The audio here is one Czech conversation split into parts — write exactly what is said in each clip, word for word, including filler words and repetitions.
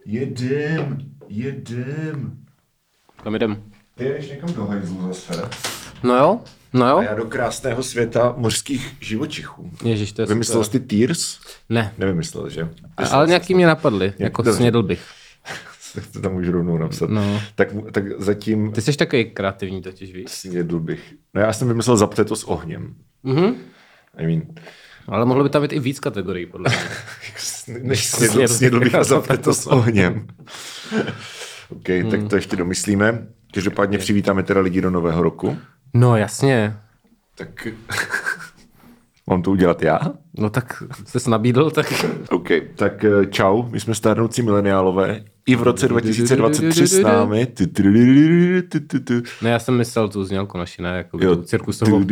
Jedem, jedem. Kam jdem? Ty jdeš někam do hajzlu zase. No jo, no jo. A já do krásného světa mořských živočichů. Ježiš, to je Vymyslel super. jsi ty Tears? Ne. Nevymyslel, že? A, ale nějaký mě napadly, jako dobře. snědl bych. To tam můžu rovnou napsat. No. Tak, tak zatím Ty jsi takový kreativní totiž, víš? snědl bych. No já jsem vymyslel zapte to s ohněm. Mhm. I mean, Ale mohlo by tam být i víc kategorií, podle mě. než snědl, snědl bych a zapte to s ohněm. OK, Hmm. tak to ještě domyslíme. Každopádně přivítáme teda lidi do nového roku. No jasně. Tak mám to udělat já? No tak jsi nabídl, tak... OK, tak čau, my jsme stárnoucí mileniálové. I v roce dva tisíce dvacet tři s námi. Ne, já jsem myslel tu znělku naši, ne, jako Jo, tu cirkusovou.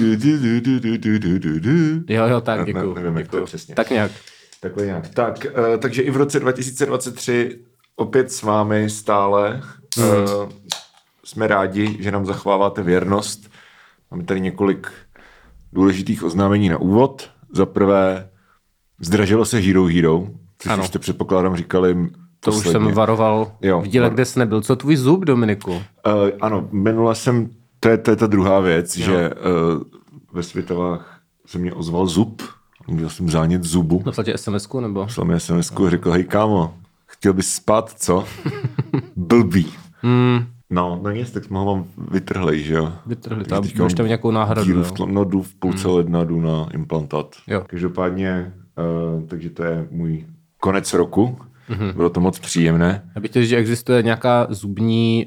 Jo, jo, tak, děkuju. Ne, nevím, jak to je děkuju. přesně. Tak nějak. Takhle nějak. Tak, uh, takže i v roce dva tisíce dvacet tři opět s vámi stále. Uh, jsme rádi, že nám zachováváte věrnost. Máme tady několik důležitých oznámení na úvod. Za prvé, zdražilo se Hero Hero, což Ano. už jste předpokládám říkali To už posledně. jsem varoval Jo, v díle, var- kde jsi nebyl. Co tvůj zub, Dominiku? Uh, ano, minule jsem, to je, to je ta druhá věc, jo. že uh, ve Světovách se mě ozval zub, měl jsem zánět zubu, Napsal tě es em esku, nebo? poslal mi es em esku a řekl, hej kámo, chtěl bys spát, co? Blbý. Hmm, No, no nic, tak jsme ho mám vytrhlej, že jo. vytrhli. Takže Tam teďka máš tam mám nějakou náhradu, díru jo? v tlom, no jdu v půlce hmm. ledna, jdu na implantát. Jo. Každopádně, uh, takže to je můj konec roku. Mm-hmm. Bylo to moc příjemné. Já bych chtěl, že existuje nějaká zubní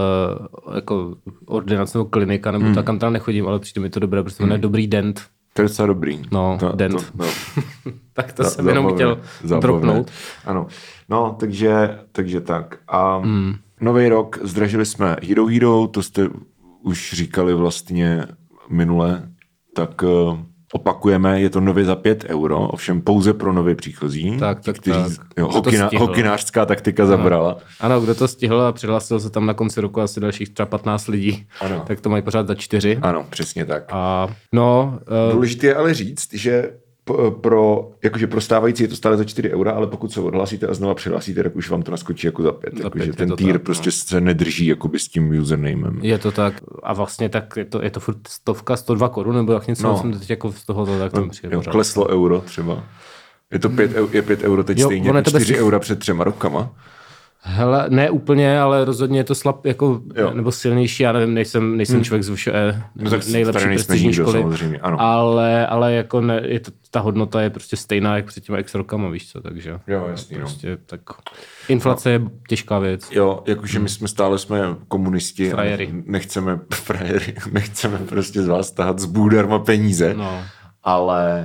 uh, jako ordinace nebo klinika, nebo mm. tak, kam tam nechodím, ale přijde mi to dobré, protože to je dobrý dent. To je docela dobrý. No, to, dent. To, no. Tak to Za- jsem jenom chtěl zábavné. dropnout. Ano, no, takže, takže tak. A mm. nový rok, zdražili jsme Hero Hero, to jste už říkali vlastně minule, tak uh, opakujeme, je to nově za pět euro, ovšem pouze pro nově příchozí. Tak, tak, kteří, tak. Jo, Kdo to hokina, stihl? hokinářská taktika zabrala. Ano, kdo to stihl a přihlásil se tam na konci roku asi dalších třeba patnáct lidí, Ano. tak to mají pořád za čtyři. Ano, přesně tak. A no, uh, Důležité je ale říct, že p- pro, jakože pro stávající je to stále za čtyři eura, ale pokud se odhlásíte a znova přihlásíte, tak už vám to naskočí jako za pět. Za Jakože pět, je ten to tier tak, prostě no. se nedrží jakoby s tím usernamem. je to tak a vlastně tak je to, je to furt stovka, sto dva korun, nebo jak něco, No. no. jsem teď jako z toho, tak tam přijde Jo, pořád. kleslo euro třeba. Je to pět, eu, je pět euro teď Jo, stejně ono je jako to bez čtyři těch- eura před třema rokama. Hele, ne úplně, ale rozhodně je to slab, jako, Jo. nebo silnější, já nevím, nejsem, nejsem hmm. člověk z VŠE, No tak nejlepší tady nejsme prestižní nikdo, školy, samozřejmě, ano. ale, ale jako ne, je to, ta hodnota je prostě stejná, jak před těma x rokama, víš co, takže Jo, jasný, no. prostě tak inflace no. je těžká věc. Jo, jakože my jsme stále jsme komunisti. Frajery. A nechceme, frajery, nechceme prostě z vás tahat z bůdarma peníze. No. Ale,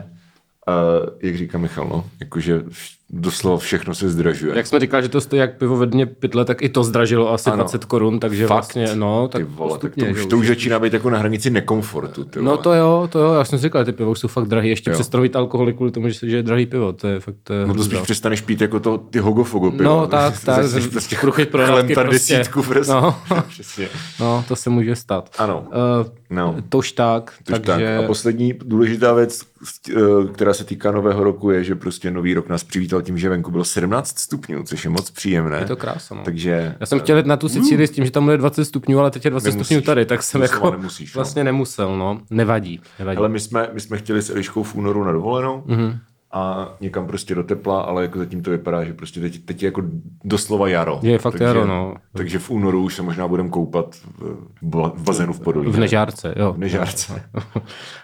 uh, jak říká Michal, no, jakože vš- doslova všechno se zdražuje. Jak jsme říkali, že to stojí jak pivo ve dně pytle, tak i to zdražilo asi Ano. dvacet korun, takže Fakt? vlastně, no, tak Ty vole, tak postupně, to už, že to už začíná být jako na hranici nekomfortu. Ty No vole. to jo, to jo, já jsem si říkal, ty pivo už jsou fakt drahý, ještě Jo. přestanou jít alkoholy kvůli tomu, že, že je drahý pivo, to je fakt, to je No to hrůza. spíš přestaneš pít jako to, ty hogofogo pivo. No tak, tak, Začneš prostě kruchy pro rádky chlemtat prostě. desítku prostě. No. Přesně. No, to se může stát. Ano. Uh, No. Tož tak, Tož takže... tak. A poslední důležitá věc, eh, která se týká nového roku, je, že prostě nový rok nás přivítal tím, že venku bylo sedmnáct stupňů, což je moc příjemné. Je to krása, no. Takže Já jsem chtěl jít na tu Sicílii s tím, že tam bude dvacet stupňů, ale teď je dvacet Nemusíš. stupňů tady, tak jsem Doslova jako nemusíš, no. vlastně nemusel, no. Nevadí, nevadí. ale my jsme, my jsme chtěli s Eliškou v únoru na dovolenou mm-hmm. a někam prostě do tepla, ale jako zatím to vypadá, že prostě teď, teď je jako doslova jaro. Je fakt takže, jaro, no. Takže v únoru už se možná budeme koupat v, v bazénu v Podolí. V Nežárce, jo. V Nežárce. Uh,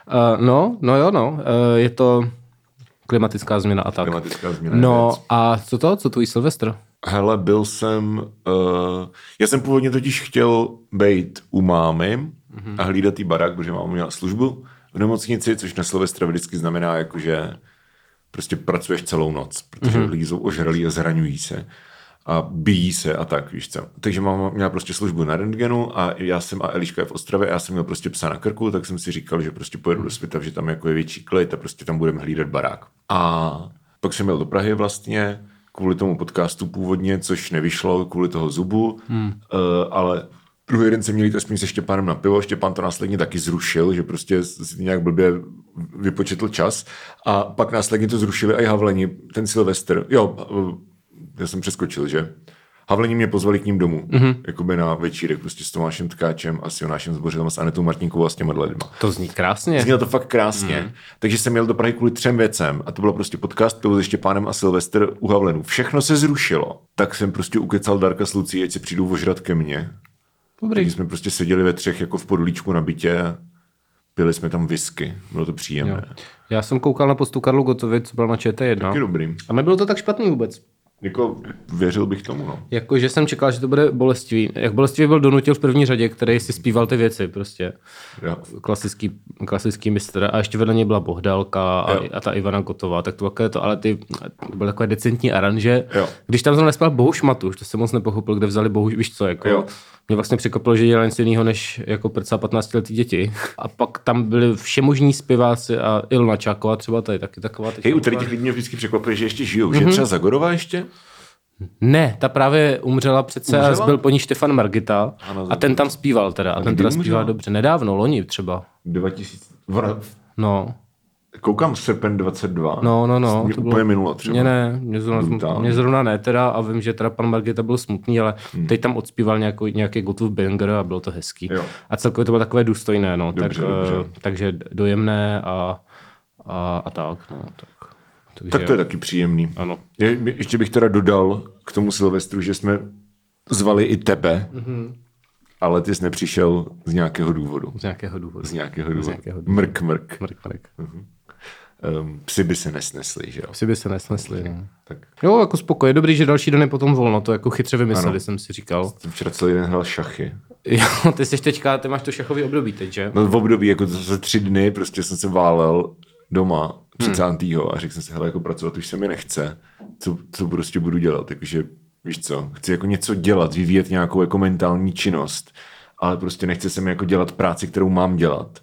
no, no jo, no. Uh, je to klimatická změna a tak. Klimatická změna. No věc. a co to? Co tvůj Silvestr? Hele, byl jsem... Uh, já jsem původně totiž chtěl být u mámy mm-hmm. a hlídat jí barák, protože máma měla službu v nemocnici, což na Silvestra vždycky znamená, jako, že prostě pracuješ celou noc, protože mm-hmm. lidi jsou ožralí a zraňují se a bijí se a tak, víš co. Takže máma měla prostě službu na rentgenu a já jsem a Eliška je v Ostravě a já jsem měl prostě psa na krku, tak jsem si říkal, že prostě pojedu do Svitav, že tam jako je větší klid a prostě tam budeme hlídat barák. A pak jsem jel do Prahy vlastně, kvůli tomu podcastu původně, což nevyšlo kvůli toho zubu, hmm. uh, ale druhý den jsem měl jít aspoň se Štěpánem na pivo, Štěpán to následně taky zrušil, že prostě si nějak blbě vypočetl čas a pak následně to zrušili i Havleni, ten Silvestr, jo, já jsem přeskočil, že? Havlení mě pozvali k ním domů, mm-hmm. jakoby na večírek prostě s Tomášem Tkáčem a s Jonášem Zbořilem, s Anetou Martinkovou a s těma lidma. To zní krásně. Znělo to fakt krásně. Mm. Takže jsem jel do Prahy kvůli třem věcem a to bylo prostě podcast Pivo se Štěpánem a Silvestr u Havlenů. Všechno se zrušilo. Tak jsem prostě ukecal Darka s Lucí, ať se přijdou ožrat ke mně. Dobrý. Takže jsme prostě seděli ve třech jako v podlíčku na bytě a pili jsme tam whisky. Bylo to příjemné. Jo. Já jsem koukal na postu Karlu Gotovi, co byl na Č T jedna. Taky dobrý. A nebylo to tak špatný vůbec. Jako věřil bych tomu, no. Jakože jsem čekal, že to bude bolestivý. Jak bolestivý byl Donutil v první řadě, který si zpíval ty věci prostě. Jo. Klasický, klasický mistr. A ještě vedle něj byla Bohdálka a, a ta Ivana Gotová. Tak to takové to, ale ty to byly takové decentní aranže. Jo. Když tam zrovna nespěl Bohuš Matuš, to jsem moc nepochopil, kde vzali Bohuš, víš co, jako... Jo. Mě vlastně překvapilo, že dělali nic jiného než jako prcá patnáctiletý děti. A pak tam byli všemožní zpěváci a Ilona Čáková třeba tady taky taková. Hej, u tady těch lidí mě vždycky překvapuje, že ještě žijou. Mm-hmm. Že třeba Zagorová ještě? Ne, ta právě umřela přece umřela? A byl po ní Štefan Margita ano, a ten tam zpíval teda. A, a ten teda zpíval dobře. Nedávno, loni třeba. dva tisíce No. Koukám srpen dvacet dva. No, no, no. Mě úplně minulo třeba. Mě ne, mě zrovna, mě zrovna ne teda a vím, že teda pan Margita byl smutný, ale hmm. teď tam odspíval nějakou, nějaký Gotův banger a bylo to hezký. Jo. A celkově to bylo takové důstojné, no. Dobře, tak, dobře. Takže dojemné a, a, a tak, no. Tak, takže, tak to je taky příjemný. Ano. Je, ještě bych teda dodal k tomu Silvestru, že jsme zvali i tebe, mm-hmm. ale ty jsi nepřišel z nějakého důvodu. Z nějakého důvodu. Z nějakého důvodu. Z nějakého důvodu. Mrk, mrk. Mrk, mrk. Uh-huh. Um, psi by se nesnesli, že jo? Psi by se nesnesli, no. Tak. Jo, jako spokoj. Je dobrý, že další den je potom volno. To jako chytře vymysleli, ano. Jsem si říkal. Jsem včera celý den hrál šachy. Jo, ty jsi teďka, ty máš to šachový období teď, že? No v období, jako za tři dny, prostě jsem se válel doma třicátého Hmm. a řekl jsem si, hele, jako pracovat už se mi nechce. Co, co prostě budu dělat? Jakože, víš co, chci jako něco dělat, vyvíjet nějakou jako mentální činnost, ale prostě nechce se mi jako dělat práci, kterou mám dělat.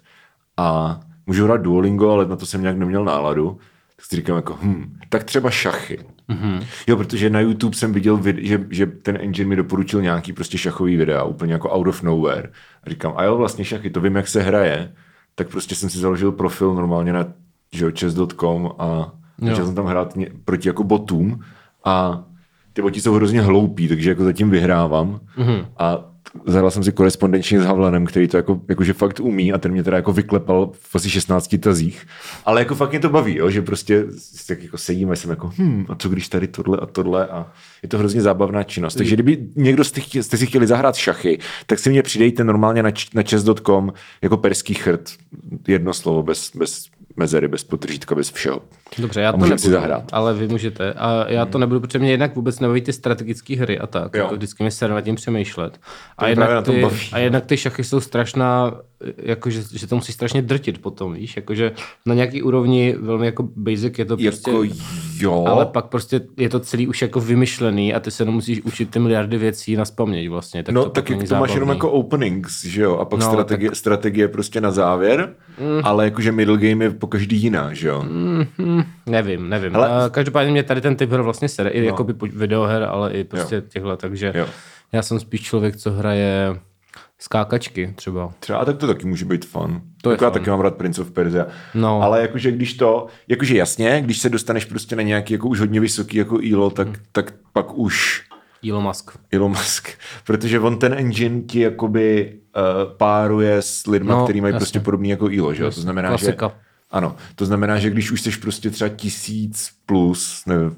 A můžu hrát Duolingo, ale na to jsem nějak neměl náladu. Tak si říkám jako, hm, tak třeba šachy. Mm-hmm. Jo, protože na YouTube jsem viděl, vid- že, že ten engine mi doporučil nějaký prostě šachový videa, úplně jako out of nowhere. A říkám, a jo, vlastně šachy, to vím, jak se hraje. Tak prostě jsem si založil profil normálně na chess tečka com a začal jsem tam hrát ně- proti jako botům a ty boti jsou hrozně hloupí, takže jako zatím vyhrávám. Mm-hmm. A zahrál jsem si korespondenčně s Havlanem, který to jako, jakože fakt umí a ten mě teda jako vyklepal v asi šestnácti tazích. Ale jako fakt mě to baví, jo, že prostě tak jako sedíme, jsem jako hm, a co když tady tohle a tohle a je to hrozně zábavná činnost. Takže kdyby někdo jste, chtěli, jste si chtěli zahrát šachy, tak si mě přidejte normálně na, na chess tečka com jako perský chrt, jedno slovo bez, bez mezery, bez potržítka, bez všeho. Dobře, já to nebudu, si zahrát. Ale vy můžete. A já to nebudu, protože mě jednak vůbec nebaví ty strategické hry a tak. Jako vždycky mi se nad tím přemýšlet. A jednak, ty, a jednak ty šachy jsou strašná, jakože, že to musí strašně drtit potom, víš? Jakože na nějaký úrovni velmi jako basic je to prostě... Jako jo. Ale pak prostě je to celý už jako vymyšlený a ty se musíš učit ty miliardy věcí naspaměť vlastně. Tak no to tak jak to zábavný. Máš jenom jako openings, že jo? A pak no, strategie, tak... strategie prostě na závěr, mm. ale jakože middle game je po každý jiná, že jo? Mm, nevím, nevím. Ale... Každopádně mě tady ten typ her vlastně sere, i no. jako videoher, ale i prostě jo. těchhle, takže jo. Já jsem spíš člověk, co hraje skákačky třeba. Třeba tak to taky může být fun. To jako já taky mám rád Prince of Persia. No. Ale jakože když to, jakože jasně, když se dostaneš prostě na nějaký jako už hodně vysoký jako Elo, tak, hmm. tak pak už... Elon Musk. Elon Musk. Protože on ten engine ti jakoby uh, páruje s lidma, no, který mají jasně. prostě podobný jako Elo, že jo? To znamená, klasika. že... Ano, to znamená, že když už jsi prostě třeba tisíc plus, nevím,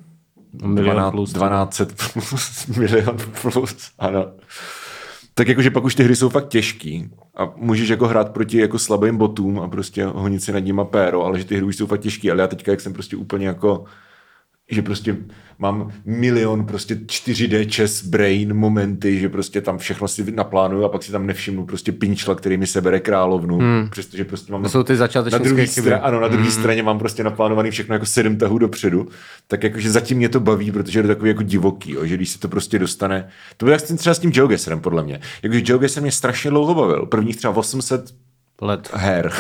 dvanáct set plus, milion plus, ano. Tak jakože pak už ty hry jsou fakt těžký a můžeš jako hrát proti jako slabým botům a prostě honit si nad nima péro, ale že ty hry už jsou fakt těžký, ale já teďka, jak jsem prostě úplně jako, že prostě mám milion prostě čtyři dé chess brain momenty, že prostě tam všechno si naplánuju a pak si tam nevšimnu prostě pinčla, který mi sebere královnu, hmm. přestože prostě mám... To jsou ty začáteční na druhé stra- ano, na druhé hmm. straně mám prostě naplánovaný všechno jako sedm tahů dopředu, tak jakože zatím mě to baví, protože je to takový jako divoký, jo, že když se to prostě dostane... To bylo jak třeba s tím GeoGuessrem, podle mě. Jakože GeoGuessr mě strašně dlouho bavil. Prvních třeba osm set let her.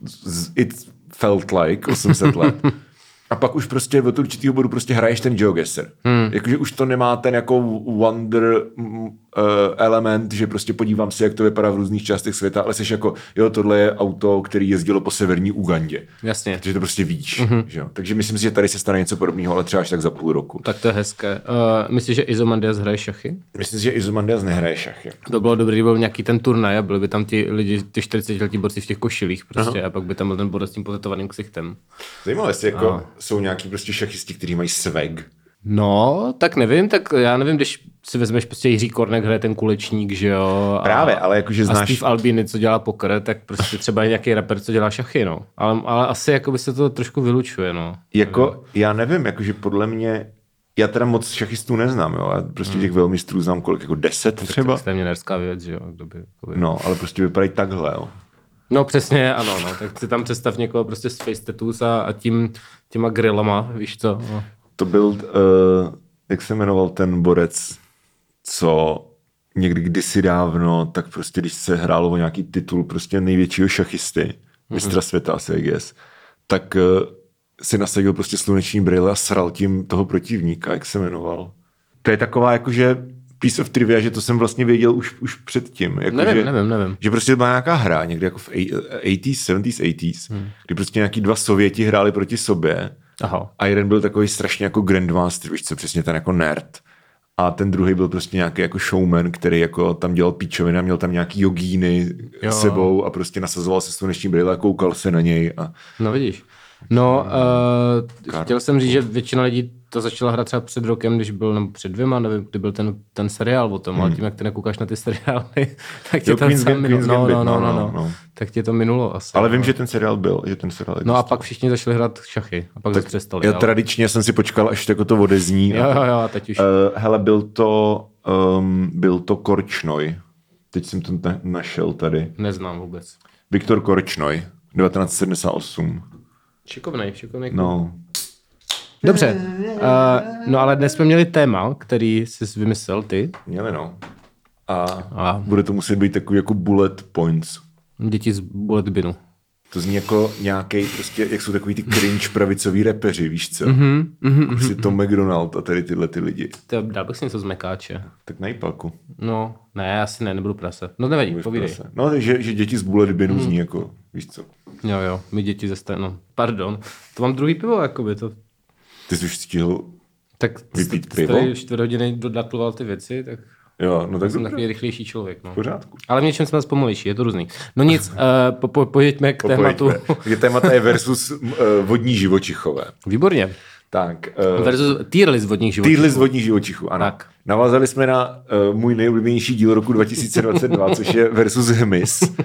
It felt like osm set let. A pak už prostě od určitého bodu prostě hraješ ten GeoGuessr. Hmm. Jakože už to nemá ten jako wonder element, že prostě podívám se, jak to vypadá v různých částech světa, ale jsi jako, jo, tohle je auto, který jezdilo po severní Ugandě. Jasně. Takže to prostě víš. Mm-hmm. Že jo? Takže myslím si, že tady se stane něco podobného, ale třeba až tak za půl roku. Tak to je hezké. Uh, myslíš, že Izomandias hraje šachy? Myslím si, že Izomandias nehraje šachy. To bylo dobrý, byl nějaký ten turnaj a byli by tam ti lidi, ty čtyřicetiletí borci v těch košilích prostě. Aha. A pak by tam byl ten borec s tím potetovaným ksichtem. Zajímavé, jestli jako a... jsou nějaký prostě šachisti, kteří mají swag. No, tak nevím, tak já nevím, když si vezmeš prostě Jiří Kornek, hraje ten kulečník, že jo. A, právě, ale jakože znáš... A Steve Albini, co dělá poker, tak prostě třeba je nějaký rapper, co dělá šachy, no. Ale, ale asi jako by se to trošku vylučuje, no. Jako, já nevím, jakože podle mě, já teda moc šachistů neznám, jo. Já prostě těch velmistrů znám kolik, jako deset třeba. Tak extrémně nerská věc, že jo. Kdo by, by... No, ale prostě vypadají takhle, jo. No přesně, ano, no. Tak si tam představ někoho prostě s face tattoos a, a tím, těma grillama, víš co. No. To byl, uh, jak se jmenoval ten borec, co někdy kdysi dávno, tak prostě když se hrálo o nějaký titul prostě největšího šachisty, mm-hmm. mistra světa asi, I guess, tak uh, si nasadil prostě sluneční brýle a sral tím toho protivníka, jak se jmenoval. To je taková jakože piece of trivia, že to jsem vlastně věděl už, už předtím. Jako nevím, že, nevím, nevím. Že prostě byla nějaká hra, někdy jako v osmdesátých, sedmdesátých, osmdesátých, hmm. kdy prostě nějaký dva Sověti hráli proti sobě. Aha. A jeden byl takový strašně jako grandmaster, víš co, přesně ten jako nerd. A ten druhý byl prostě nějaký jako showman, který jako tam dělal píčoviny a měl tam nějaký jogíny jo. sebou a prostě nasazoval se sluneční brýle a koukal se na něj. A... No vidíš. No, uh, chtěl jsem říct, že většina lidí to začala hrát třeba před rokem, když byl, nebo před dvěma, nevím, kdy byl ten, ten seriál o tom, hmm. ale tím, jak ty nekoukáš na ty seriály, tak tě to Queen's minulo. No, no, no, no, no, no. Tak tě to minulo asi. Ale no. vím, že ten seriál byl, že ten seriál No a pak všichni začali hrát šachy a pak zase přestali. Já ale... tradičně jsem si počkal, až jako to odezní. Jo, jo, jo, a teď už. Uh, hele, byl to, um, byl to Korčnoj. Teď jsem to na- našel tady. Neznám vůbec. Viktor Korčnoj, devatenáct set sedmdesát osm. Šikovnej, šikovnej. No. Dobře, uh, no ale dnes jsme měli téma, který jsi vymyslel ty. Měli, no. A, A bude to muset být takový jako bullet points. Děti z bullet binu. To zní jako nějaký prostě, jak jsou takový ty cringe pravicový repeři, víš co? Mm-hmm, mm-hmm, prostě Tom McDonald a tady tyhle ty lidi. To dal bych si něco z Mekáče. Tak najpalku. No, ne, asi ne, nebudu prase. No nevadí, povídej. Prase. No, takže že děti z bullet binu mm. zní jako, víš co? Jo, jo, my děti ze stejno. No, pardon, to mám druhý pivo, jakoby to. Ty jsi už stihl tak vypít pivo? Tak jsi čtvrt hodiny dodatloval ty věci, tak... Jo, no tak jsem takový rychlejší člověk. No. V pořádku. Ale v něčem jsme zpomalejší, je to různý. No nic, uh, po, po, pojďme k tématu. Takže témata je versus uh, vodní živočichové. Výborně. Tak. Uh, versus tier list vodních živočichů. Tier list vodních živočichů, ano. Tak. Navázali jsme na uh, můj nejoblíbenější díl roku dva tisíce dvacet dva, což je versus hmyz. uh,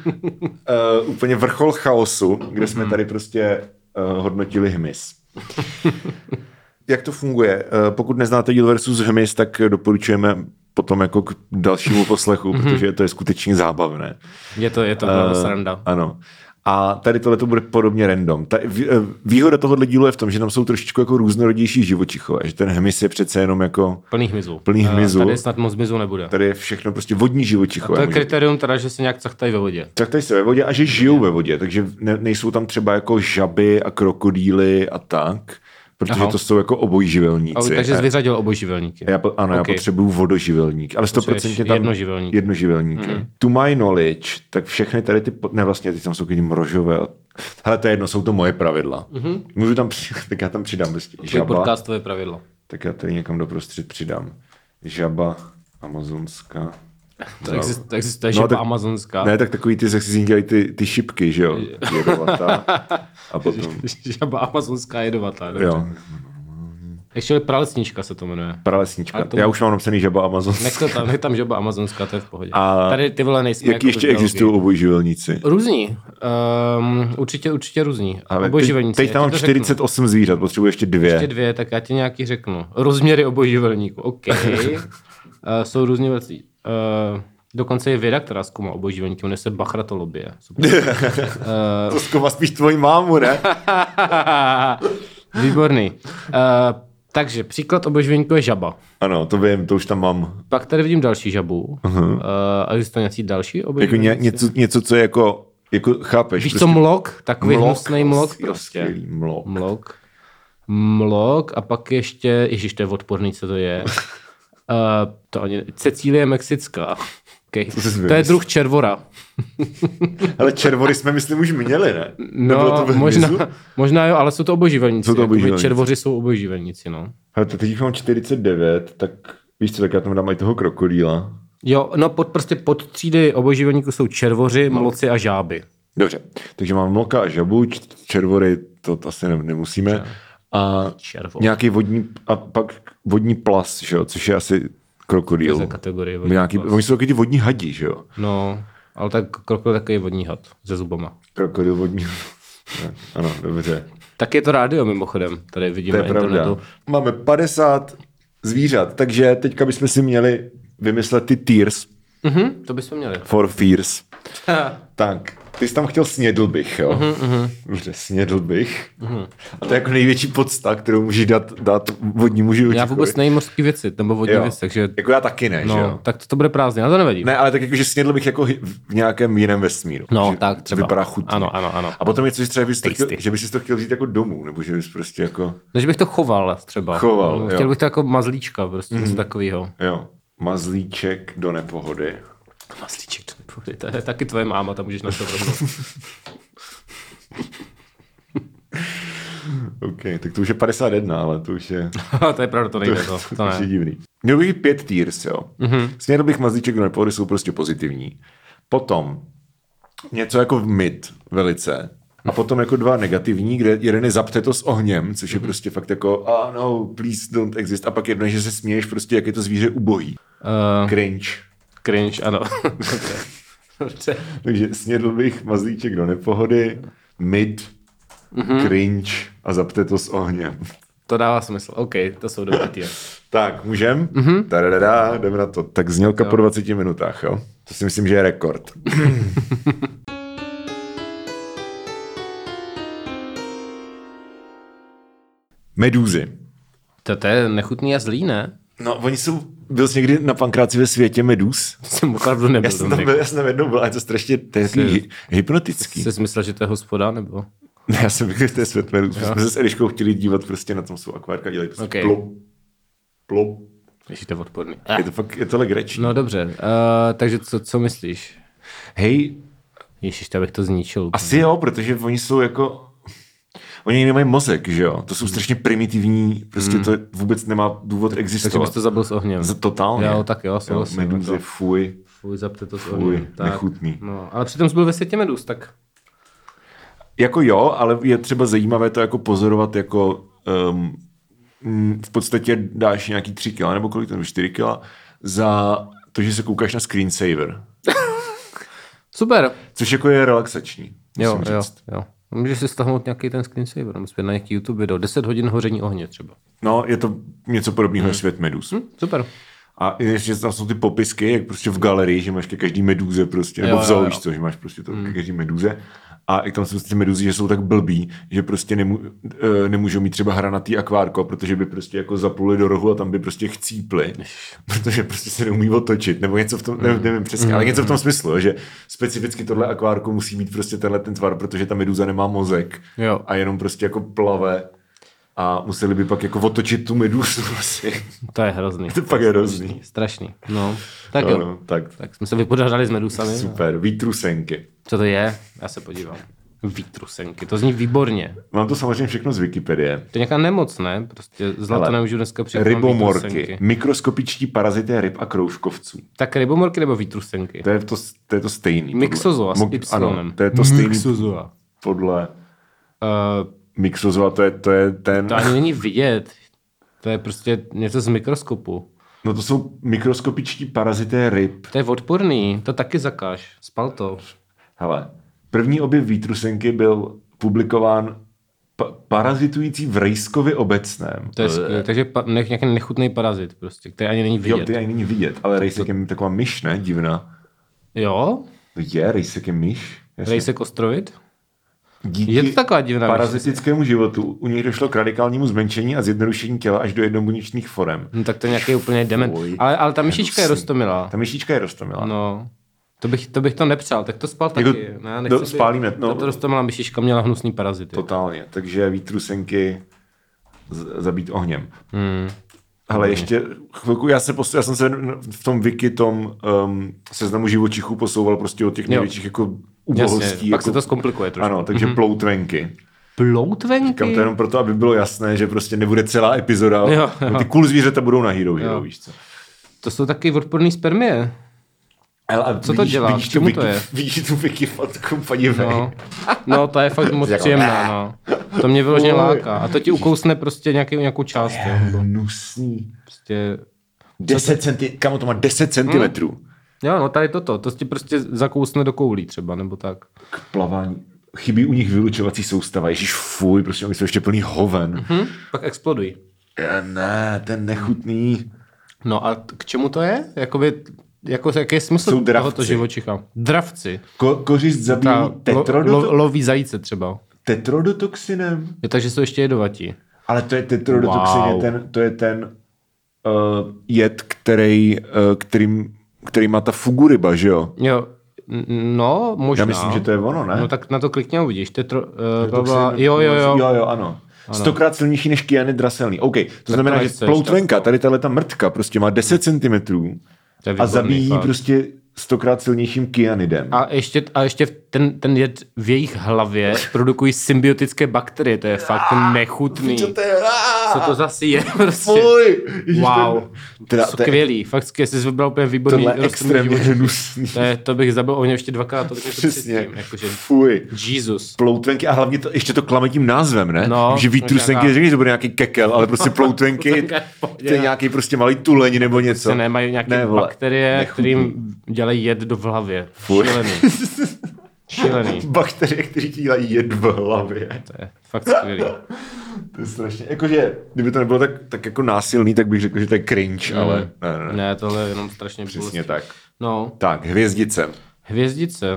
úplně vrchol chaosu, kde jsme tady prostě uh, hodnotili hmyz. Jak to funguje? Uh, pokud neznáte díl versus hmyz, tak doporučujeme potom jako k dalšímu poslechu, mm-hmm. protože to je skutečně zábavné. Je to, je to uh, sranda. Ano. A tady tohle to bude podobně random. Ta výhoda tohohle dílu je v tom, že tam jsou trošičku jako různorodější živočichové, že ten hmyz je přece jenom jako plný hmyzu. Plný hmyzu. Tady snad moc hmyzu nebude. Tady je všechno prostě vodní živočichové. A to je kritérium teda, že se nějak cachtají ve vodě. Cachtají se ve vodě a že žijou ve vodě, takže ne, nejsou tam třeba jako žaby a krokodýly a tak. Protože Aha. to jsou jako obojživelníci. A, takže jsi vyřadil obojživelníky. Já, ano, okay. Já potřebuju vodoživelník. Ale sto procent tam jednoživelník. jednoživelníky. Mm. To my knowledge, tak všechny tady ty, ne vlastně, ty tam jsou když mrožové. Hele, to je jedno, jsou to moje pravidla. Mm-hmm. Můžu tam přidat, tak já tam přidám. Prostě. Žaba. Podcastové pravidla. Tak já tady někam doprostřed přidám. Žaba amazonská. To existuje, existuje žaba no, tak, amazonská. Ne, tak takový ty, jak si dělají ty, ty šipky, že jo? Jedovatá. A potom... Žaba amazonská jedovatá. Dobře. Jo. Ještě pralesnička se to jmenuje. Pralesnička. To... Já už mám napsaný žaba amazonská. Nech to tam, nech tam žaba amazonská, to je v pohodě. A tady ty vole nejsme. Jaký jako ještě existují obojživelníci? Různí. Um, určitě, určitě různí. Obojživelníci. Teď, teď tam mám čtyřicet osm zvířat, potřebuji ještě dvě. Ještě dvě, tak já ti nějaký řeknu. Rozměry obojživelníků. OK. uh, jsou různě věcí. Uh, dokonce je věda, která zkoumá obojživelníky, jmenuje se bachratolobie. uh, to zkoumá spíš tvoji mámu, ne? Výborný. Uh, takže příklad obojživelníku je žaba. Ano, to vím, to už tam mám. Pak tady vidím další žabu. Uh-huh. Uh, a existuje nějaký další obojživelníci? Jako ně, něco, něco, co je jako, jako chápeš. Víš prostě... co, mlok? Takový hnusnej mlok prostě. Mlok. Mlok. Mlok a pak ještě, ježiš, to je odporný, co to je. to ani... Cecílie mexická. Okay. To je druh červora. Ale červory jsme, myslím, už měli, ne? No, to možná, možná jo, ale jsou to obojživelníci. Jsou to obojživelníci. Červoři jsou obojživelníci, no. Ale teď mám čtyřicet devět, tak víš co, tak já tam dám i toho krokodýla. Jo, no pod, prostě pod třídy obojživelníků jsou červoři, mloci a žáby. Dobře, takže mám mloka a žabu, červory, to asi nemusíme. A Červo. nějaký vodní, a pak vodní plas, že jo, což je asi krokodýl. To je kategorie vodní nějaký, plas. Oni jsou taky ty vodní hadi, že jo? No, ale tak krokodýl takový vodní had se zubama. Krokodýl vodní. Ano, dobře. Tak je to rádio mimochodem, tady vidíme to je na internetu. Pravda. Máme padesát zvířat, takže teďka bychom si měli vymyslet ty tiers. Mhm, to bychom měli. For fears. Tak, ty jsi tam chtěl snědl bych, jo? Uh-huh, uh-huh. Dobře, snědl bych. Uh-huh. A to je jako největší podsta, kterou můžeš dát, dát vodnímu živočíkovi. Já vůbec nejím mořský věci, nebo vodní věci, takže... Jako já taky ne, no, že jo? Tak to, to bude prázdně, já to nevadí. Ne, ale tak jako, že snědl bych jako v nějakém jiném vesmíru. No, že tak třeba. Vypadá chutně. Ano, ano, ano. A potom něco, že třeba bys to chtěl, že bys si to chtěl vzít jako domů, nebo že bys prostě jako... Než bych to choval třeba. Choval, no, jo. Chtěl bych to jako mazlíčka, prostě něco mm. takového. Jo, mazlíček do nepohody. Mazlíček do nepohody, to je taky tvoje máma, tam můžeš na to rovnout. OK, tak to už je padesát jedna, ale to už je... To je pravda, to nejde to. To, to ne. už je divný. Měl bych pět tiers, jo. Mm-hmm. Snědl bych mazlíček do nepohody, jsou prostě pozitivní. Potom něco jako mid velice. A potom jako dva negativní, kde jeden je zapte to s ohněm, což je prostě fakt jako oh no, please don't exist. A pak jedno, že se směješ prostě, jak je to zvíře ubohý. Uh, cringe. Cringe, ano. Dobře. Dobře. Takže snědl bych mazlíček do nepohody, mid, mm-hmm. cringe a zapte to s ohněm. To dává smysl. OK, to jsou dobré tier. Tak, můžem? Mm-hmm. Tadadada, jdeme na to. Tak znělka jo. Po dvaceti minutách, jo? To si myslím, že je rekord. Medúzy. To, to je nechutný a zlý, ne? No, oni jsou... Byl jsi někdy na Pankráci ve světě medúz? Jsem opravdu nebyl. Já jsem tam byl, já jsem tam jednou byl, ale to strašně, to je hy, hypnotický. Jsi myslel, že to je hospoda, nebo? Ne, já jsem řekl, že to je svět medúz. Jsme se s Eliškou chtěli dívat prostě na tom svou akvárka, dělají prostě okay. plop, plop. Ježí, to je odporný. Je to fakt, je to legrační. No dobře, uh, takže co, co myslíš? Hej. Ježiš, to bych to zničil. Asi jo, protože oni jsou jako... Oni nemají mozek, že jo? To jsou strašně primitivní, prostě to vůbec nemá důvod existovat. Takže bys to zabil s ohněm. Totálně. Jo, tak jo, jo medúzy, fuj. Fuj, zapte to s ohněm. Fuj, nechutný. No, ale přitom jsi byl ve světě medúz, tak... Jako jo, ale je třeba zajímavé to jako pozorovat jako... Um, v podstatě dáš nějaký tři kila, nebo kolik to, nebo čtyři kila, za to, že se koukáš na screensaver. Super. Což jako je relaxační. Jo, jo, jo. Můžeš si stahnout nějaký ten screensaver, nebo zpět na nějaký YouTube video. deset hodin hoření ohně třeba. No, je to něco podobného hmm. svět medúz. Hmm, super. A ještě tam jsou ty popisky, jak prostě v galerii, že máš ke každý medúze prostě, nebo v zoo, co, že máš prostě to hmm. ke každý medúze. A jak tam jsou ty medúzy, že jsou tak blbý, že prostě nemů, e, nemůžou mít třeba hranatý akvárko, protože by prostě jako zapluli do rohu a tam by prostě chcípli, protože prostě se neumí otočit, nebo něco v tom, nevím, nevím přesně, ale něco v tom smyslu, že specificky tohle akvárko musí mít prostě tenhle ten tvar, protože ta medúza nemá mozek jo. A jenom prostě jako plave. A museli by pak jako otočit tu medúzu asi. To je hrozný. To pak je hrozný. Strašný. No, tak no, jo. No, tak. tak jsme se vypořádali s medusami. Super, výtrusenky. Co to je? Já se podívám. Výtrusenky, to zní výborně. Mám to samozřejmě všechno z Wikipedie. To je nějaká nemoc, ne? Prostě zlato nemůžu dneska přijít. Rybomorky, mikroskopičtí parazité ryb a kroužkovců. Tak rybomorky nebo výtrusenky? To je to, to, je to stejný. Mixozoa s Mo- Y. Ano, to je to stejný. Mixozoa. Podle... Uh, Mixozoa, to je, to je ten... To ani není vidět. To je prostě něco z mikroskopu. No to jsou mikroskopičtí parazité ryb. To je odporný, to taky zakáž. Spal to. Hele, první objev výtrusenky byl publikován pa- parazitující v Rejskově obecném. To je skvělé, takže pa- ne, nějaký nechutný parazit prostě, který ani není vidět. Jo, ty ani není vidět, ale rejsek je taková myš, ne? Divná. Jo? Je, rejsek je myš. Jasně. Rejsek ostrovit? Díky je to taková divná parazitickému myš. životu u nich došlo k radikálnímu zmenšení a zjednodušení těla až do jednobuněčných forem. No, tak to je nějaký úplně dement. Ale, ale ta myšička je roztomilá. Ta myšička je roztomilá. No. To bych, to bych to nepřál, tak to spal taky. Jako, ne, do, spálíme. By, no. To roztomilá myšička měla hnusný parazity. Totálně, takže výtrusenky z, zabít ohněm. Hmm. Ale ještě chvilku, já, se posu, já jsem se v tom wiki tom um, seznamu živočichů posouval prostě od těch největších jako ubohostí. Jasně, jako, pak se to zkomplikuje trošku. Ano, takže mm-hmm. ploutvenky. Ploutvenky? Říkám to jenom proto, aby bylo jasné, že prostě nebude celá epizoda. Jo, jo. Ty cool zvířata budou na Hero Hero, víš co. To jsou taky odporný spermie. Ale, co to dělá? Vidíš čemu wiki, to je? Vidíš tu wiki fotku, paní Vej. No. no, to je fakt moc příjemná, no. To mě vyloženě láká. A to ti ukousne prostě nějaký, nějakou část. To je hnusný. Prostě... deset centimetrů, kamo to má deset centimetrů. Hmm. Jo, no tady toto. To ti prostě zakousne do koulí třeba, nebo tak. K plavání. Chybí u nich vylučovací soustava. Ježíš, fuj, prostě oni jsou ještě plný hoven. Mm-hmm. Pak explodují. Ja, ne, ten nechutný. No a k čemu to je? Jakoby... Jako, jaký je smysl tohoto živočicha? Dravci. Ko, kořist zabíjí tetrodotoxinem? Lo, loví zajíce třeba. Tetrodotoxinem? Je, takže jsou ještě jedovatí. Ale to je tetrodotoxin, wow. je ten, to je ten uh, jed, který, uh, kterým, který má ta fuguryba, že jo? Jo, no, možná. Já myslím, že to je ono, ne? No tak na to klikně uvidíš. Tetro, uh, bla, jo, jo, jo. Jo, jo, ano. Ano. Stokrát silnější než kyanid draselný. OK, to tak znamená, to že ploutvenka, tady tato mrtka prostě má deset centimetrů a zabíjí fakt. Prostě stokrát silnějším kyanidem. A ještě, a ještě ten, ten jed v jejich hlavě produkují symbiotické bakterie, to je fakt nechutný. Co to je? Co to zase je? Prostě. Fuj! Ježiš, wow. Teda, skvělý, fakt skvělý, jsi vybral úplně výborný. Tohle je extrémně hnusný. To, je, to bych zabil o mě ještě dvakrát. To přesně, jakože, fuj. Jesus. Ploutvenky a hlavně to, ještě to klame tím názvem, ne? No, že výtrusenky, řekni, že to bude nějaký kekel, ale prostě ploutvenky, to je nějaký prostě malý tuleň nebo něco. Se nemají nějaké ne, bakterie, kterým dělají jed do v hlavě. Fuj. Šílený. Šílený. Bakterie, které ti dělají jed v hlavě. To je fakt skvělý. To je strašně, jakože, kdyby to nebylo tak, tak jako násilný, tak bych řekl, že to je cringe, mm. ale ne, ne, ne. Ne, tohle je jenom strašně přesně bolestný. tak. No. Tak, hvězdice. Hvězdice. Uh,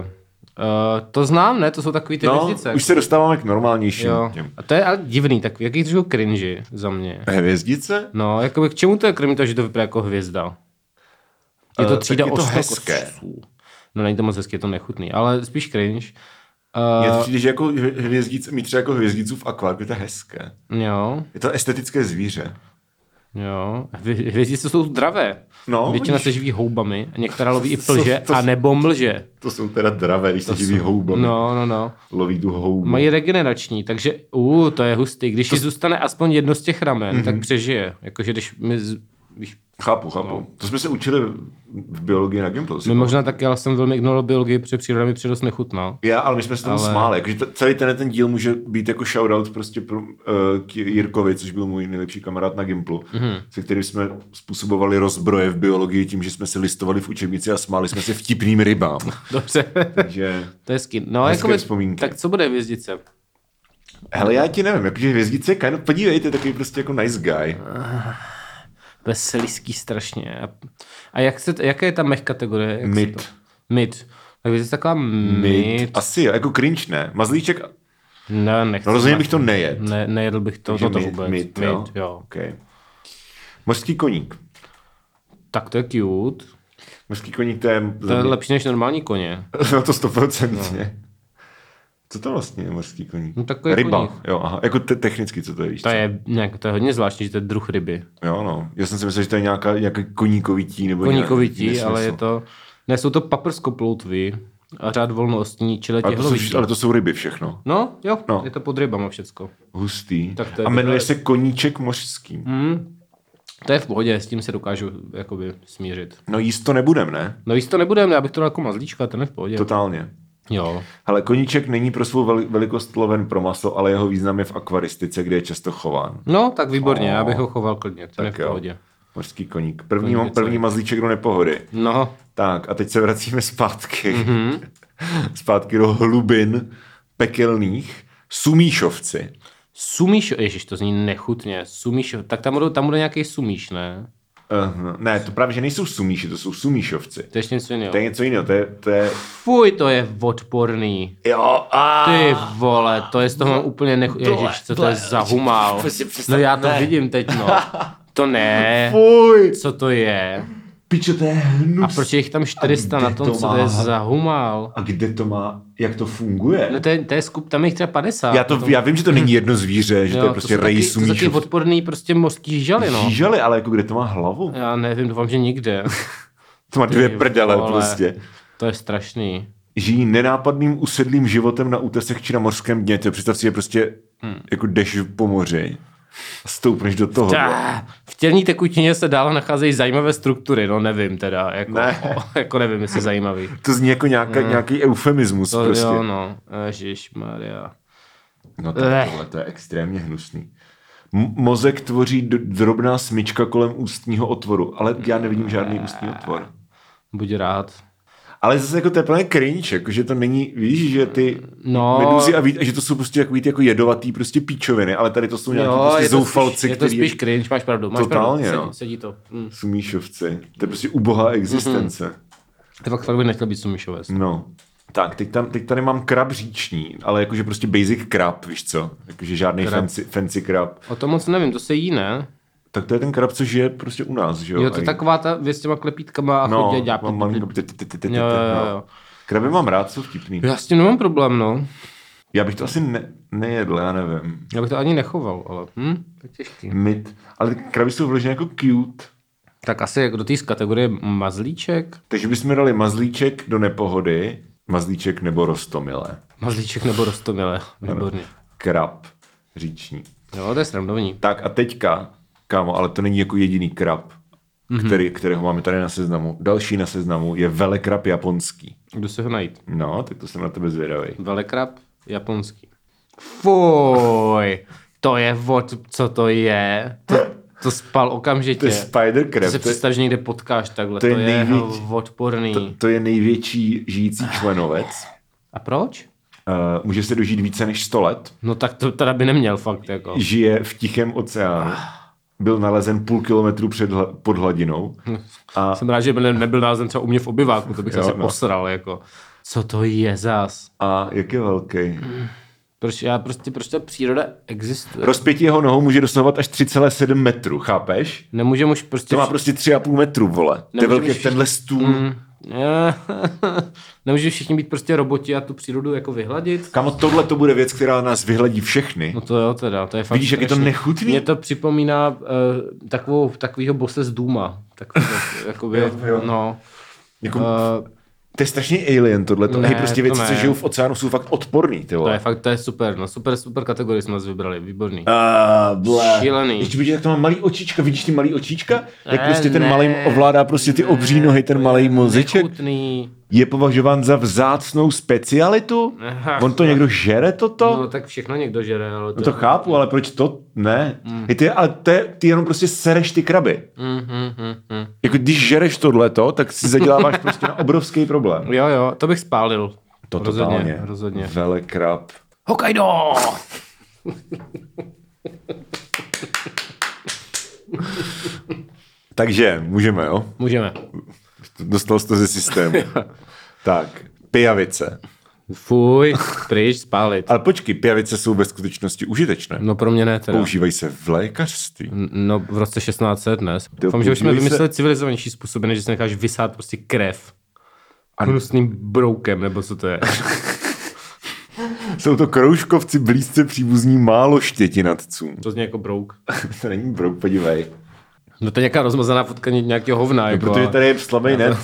to znám, ne? To jsou takový ty no, hvězdice. už se dostáváme k normálnějším. Jo. A to je ale divný, tak jaký trošku cringe za mě. Hvězdice? No, jakoby k čemu to je, kromě toho, že to vypadá jako hvězda? Je to třída uh, je to hezké. Kostů. No není to moc hezké, je to nechutný, ale spíš cringe. Mně to přijde, že jako hvězdice, mít třeba jako hvězdicu v akváriu, je to hezké. Jo. Je to estetické zvíře. Jo. Hvězdice jsou zdravé. No, většina se živí houbami, některá loví i plže to, to, a nebo mlže. To jsou teda zdravé, když to se živí jsou, houbami. No, no, no. Loví tu houbu. Mají regenerační, takže uh, to je hustý. Když to... jí zůstane aspoň jedno z těch ramen, mm-hmm. tak přežije. Jakože když my... Víš, chápu, chápu. No. To jsme se učili v biologii na Gimplu. My možná taky, ale jsem velmi ignoroval biologii, protože příroda mi přirost nechutná. Já, ale my jsme se tomu ale... smáli. Jakože t- celý ten, ten díl může být jako shoutout prostě pro, uh, k Jirkovi, což byl můj nejlepší kamarád na Gimplu, mm-hmm. se kterým jsme způsobovali rozbroje v biologii tím, že jsme se listovali v učebnici a smáli jsme se vtipným rybám. Dobře. Takže to je skin. No, jako by, tak co bude hvězdice? Hele, já ti nevím, jakože hvězdice, kind of, podívejte, takový prostě jako nice guy. Veselýský strašně. A jak se, jaká je ta mech kategorie? Jak mid. To... Mid. Tak je to taková mid. mid. Asi jo, jako cringe ne. Mazlíček? Ne, nechci. No rozhodně bych to nejedl. Ne, nejedl bych to, to, to mid, vůbec. Mid, mid, jo. jo. Okay. Mořský koník. Tak to je cute. Mořský koník to je... To je lepší než normální koně. No to stoprocentně. No. Co to vlastně je mořský koník? No, takový ryba, koník. Jo, aha. Jako te- technicky, co to je, víš to co? je, ne, to je hodně zvláštní, že to je druh ryby. Jo, no. Já jsem si myslel, že to je nějaká, nějaká koníkovití, nebo koníkovití, ale je to... Ne, jsou to paprskoploutví a řád volnostní, čili ale, to jsou, ale to jsou ryby všechno. No, jo, no. Je to pod rybama všecko. Hustý. Tak to je a jmenuje se koníček mořský. Hmm. To je v pohodě, s tím se dokážu jakoby smířit. No jíst to nebudem, ne? No jíst to nebudem, já bych to dal jako mazlíčka, ten je v pohodě. Totálně. Jo. Ale koníček není pro svou velikost loven pro maso, ale jeho význam je v akvaristice, kde je často chován. No, tak výborně, oh. Já bych ho choval klidně, ten je v pohodě. Jo. Mořský koník. První, první mazlíček do nepohody. No. Tak a teď se vracíme zpátky. Mm-hmm. Zpátky do hlubin pekelných. Sumíšovci. Sumíš, ježiš, to zní nechutně. Sumíš, tak tam bude, tam bude nějaký sumíš, ne? Uh, ne, to právě, že nejsou sumíši, to jsou sumíšovci. To je ještě něco jiného. To je něco jiného, to je... To je... Fuj, to je odporný. Jo, a Ty vole, to je z toho úplně nech... Ježiš, co to je za humál. No já to vidím teď, no. To ne. Fuj. Co to je? Pičo, to je hnus. A proč je jich tam čtyři sta na tom, to co má... to je za humal? A kde to má, jak to funguje? No to je, to je skup, tam je jich třeba padesát. Já, to, tom... já vím, že to není jedno zvíře, že jo, to je prostě rej sumíšov. To jsou taky odporný prostě mořský žížaly, no. Žížaly, ale jako kde to má hlavu? Já nevím, doufám, že nikde. To má dvě prdele vole, prostě. To je strašný. Žijí nenápadným usedlým životem na útesech či na mořském dně. To představ si, je prostě hmm. jako jdeš po moři a stoupneš do toho. V tělní tekutině se dále nacházejí zajímavé struktury, no nevím teda, jako, ne. o, jako nevím, jestli zajímavý. To zní jako nějaká, hmm. nějaký eufemismus to, prostě. Jo, no, ježišmarja. No tak tohle, to je extrémně hnusný. M- mozek tvoří d- drobná smyčka kolem ústního otvoru, ale já nevidím žádný ústní otvor. Buď rád. Ale zase jako to je plné cringe, jako, že to není, víš, že ty no, meduzy a, ví, a že to jsou prostě jako, jako jedovatý prostě píčoviny, ale tady to jsou nějaký jo, prostě zoufalci, je to spíš cringe, máš pravdu, máš totálně, pravdu, no. sedí, sedí to. Mm. Sumíšovci, to je prostě ubohá existence. Mm-hmm. To fakt, fakt by nechtěl být sumíšovec. No, tak, teď, tam, teď tady mám krab říční, ale jakože prostě basic krab, víš co, jakože žádný fancy, fancy krab. O tom moc nevím, to se jí, ne? Tak to je ten krab, co žije prostě u nás, že jo? Jo, to je taková ta věc s těma klepítkama a chodě dělá. No, mám kraby mám rád, jsou vtipný. Já s tím nemám problém, no. Já bych to asi ne, nejedl, já nevím. Já bych to ani nechoval, ale hm, to je těžký. Myt. Ale kraby jsou vložené jako cute. Tak asi jako do té kategorie mazlíček. Takže bychom dali mazlíček do nepohody, mazlíček nebo rostomile. Mazlíček nebo rostomile, výborně. Krab říční. Jo, to je srandovní. Tak a teďka, kámo, ale to není jako jediný krab, mm-hmm. který, kterého máme tady na seznamu. Další na seznamu je velekrab japonský. Kdo se ho najít? No, tak to jsem na tebe zvědavý. Velekrab japonský. Fuj, to je od, co to je? To, to spal okamžitě. To je spider crab. To si představ, že někde potkáš takhle, to je, to je největší, odporný. To, to je největší žijící členovec. A proč? Uh, může se dožít více než sto let. No tak to teda by neměl fakt. Jako. Žije v Tichém oceánu. Byl nalezen půl kilometru před hla, pod hladinou. A... Jsem rád, že byl, nebyl nalezen třeba u mě v obyváku, to bych jo, se no. posral. Jako. Co to je zas? A jak je velký? Proč, já prostě, proč ta příroda existuje? Rozpětí jeho nohou může dosahovat až tři celé sedm metru, chápeš? Nemůže už prostě... To má prostě tři a půl metru, vole. To je velký jak tenhle stůl. Mm. Nemůže všichni být prostě roboti a tu přírodu jako vyhladit? Kamo, tohle to bude věc, která nás vyhladí všechny. No to jo teda, to je fakt vidíš, jak je to nechutný? Mně to připomíná uh, takovou, takovýho bose z Duma. Takový, jakoby, jo, jo. no. Jako, uh, to je strašně alien tohleto. Ne, prostě věci, co žijou v oceánu, jsou fakt odporný. Ty to je fakt, to je super, no super, super kategorie jsme nás vybrali, výborný. Uh, Šílený. Ještě vidíš, jak to má malý očička, vidíš ty malý očička? Jak ne, prostě ten ne, malý ovládá prostě ty ne, obří nohy, ten malý mozeček. Nechutný. Je považován za vzácnou specialitu? Ach, On to někdo žere toto? No tak všechno někdo žere. Ale to... No to chápu, ale proč to ne? Mm. Ty, ale te, ty jenom prostě sereš ty kraby. Mm, mm, mm, mm. Jako když žereš tohleto, tak si zaděláváš prostě na obrovský problém. Jo, jo, to bych spálil. To rozhodně, totálně. Rozhodně. Velekrab. Hokkaido! Takže, můžeme, jo? Můžeme. Dostal jsi to ze systému. Tak, pijavice. Fuj, pryč, spálit. Ale počkej, pijavice jsou ve skutečnosti užitečné. No pro mě ne teda. Používají se v lékařství. No v roce šestnáct set dnes. Doufám, že už jsme vymysleli se... civilizovanější způsoby, než si necháš vysát prostě krev. A hnusným broukem, nebo co to je. Jsou to kroužkovci blízce příbuzní málo štětinatcům. To zní jako brouk. To není brouk, podívej. No to je nějaká rozmazaná fotka nějakého hovna. No, jako protože tady je slabý net.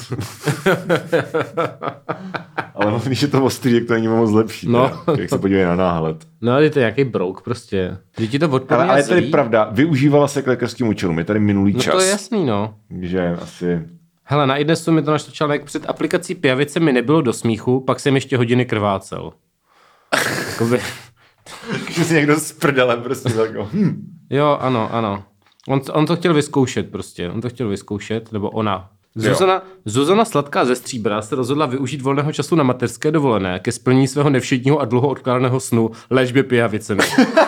Ale když je to ostrý, jak to není moc lepší. No. Jak se podívej na náhled. No ale to je nějaký brouk prostě. Že ti to odporný. Ale, ale je tady pravda, využívala se k lékařským účelům. Je tady minulý no, čas. No to je jasný, no. Takže asi... Hele, na iDnesu mi to našel člověk, před aplikací pijavice mi nebylo do smíchu, pak jsem ještě hodiny krvácel. Jakoby... Že si někdo s prdelem prostě jako... Hm. Jo, ano, ano. On, on to chtěl vyzkoušet prostě. On to chtěl vyzkoušet, nebo ona. Zuzana, Zuzana Sladká ze Stříbra se rozhodla využít volného času na mateřské dovolené ke splnění svého nevšedního a dlouho odkládaného snu léčbě pijavicemi.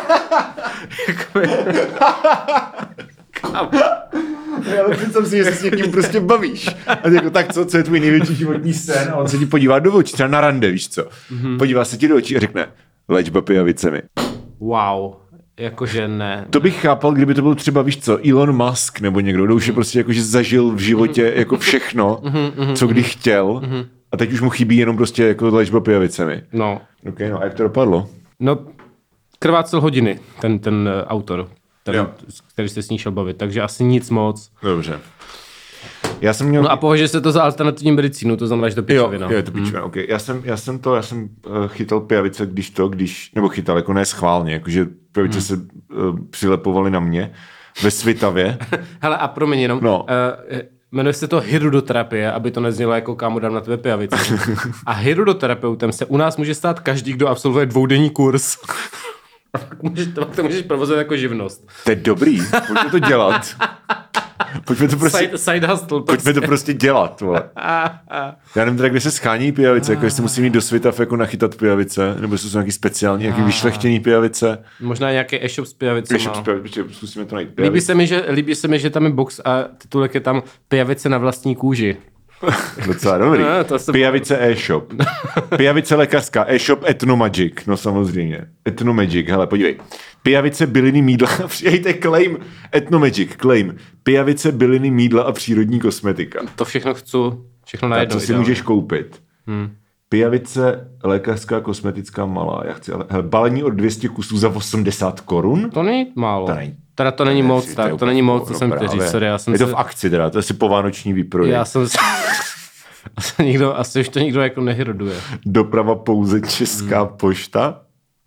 Ale představ si, že se s někým prostě bavíš. A jako, tak co, co je tvůj největší životní sen? A on se ti podívá do očí, třeba na rande, víš co? Mm-hmm. Podívá se ti do očí a řekne, léčba pijavicemi. Wow. Jakože ne. To bych chápal, kdyby to byl třeba, víš co, Elon Musk nebo někdo, kdo už je prostě jakože zažil v životě jako všechno, co kdy chtěl a teď už mu chybí jenom prostě jako léčba pijavicemi. No. Ok, no a jak to dopadlo? No, krvácel hodiny, ten, ten uh, autor, ten, jo. který se s ní šel bavit, takže asi nic moc. Dobře. Já jsem měl... No a považuje se to za alternativní medicínu, to znamená, že to pičovina. Jo, jo, je to pičovina, hmm. ok. Já jsem, já jsem to, já jsem uh, chytal pijavice, když to, když, nebo chytal, jako ne schválně, jakože pijavice hmm. se uh, přilepovaly na mě ve Svitavě. Hele, a promiň jenom, no. uh, jmenuje se to hirudoterapie, aby to neznělo jako kámo dám na tebe pijavice. A hirudoterapeutem se u nás může stát každý, kdo absolvuje dvoudenní kurz. A pak můžeš, to můžeš provozovat jako živnost. To je dobrý, pojďme to dělat. Pojďme to prostě, side, side hustle, prostě. Pojďme to prostě dělat. Vole. Já nevím teda, kde se schání pijavice, jako jestli musím jít do Svitav jako nachytat pijavice, nebo jestli jsou nějaký speciální, nějaký vyšlechtěný pijavice. Možná nějaký e-shop s pijavicema. E-shop s pijavicema, zkusíme to najít. Líbí se, mi, že, líbí se mi, že tam je box a titulek je tam pijavice na vlastní kůži. Docela dobrý. No, to se... Pijavice e-shop. Pijavice lékařská, e-shop Ethnomagic, no samozřejmě. Ethnomagic, hele, podívej. Pijavice, byliny, mídla, přijďte claim, Ethnomagic, claim. Pijavice, byliny, mídla a přírodní kosmetika. To všechno chci, všechno najednou. Co si můžeš koupit? Hmm. Pijavice, lékařská, kosmetická, malá. Já chci, ale hele, balení od dvě stě kusů za osmdesát korun? To není málo. To není. Teda to není moc, tak, to, to není moc, co jsem chtěl říct, sorry. Já jsem je to se... v akci teda, to je asi povánoční výprodej. Já jsem se... asi, nikdo, asi už to nikdo jako nehiroduje. Doprava pouze Česká hmm. pošta.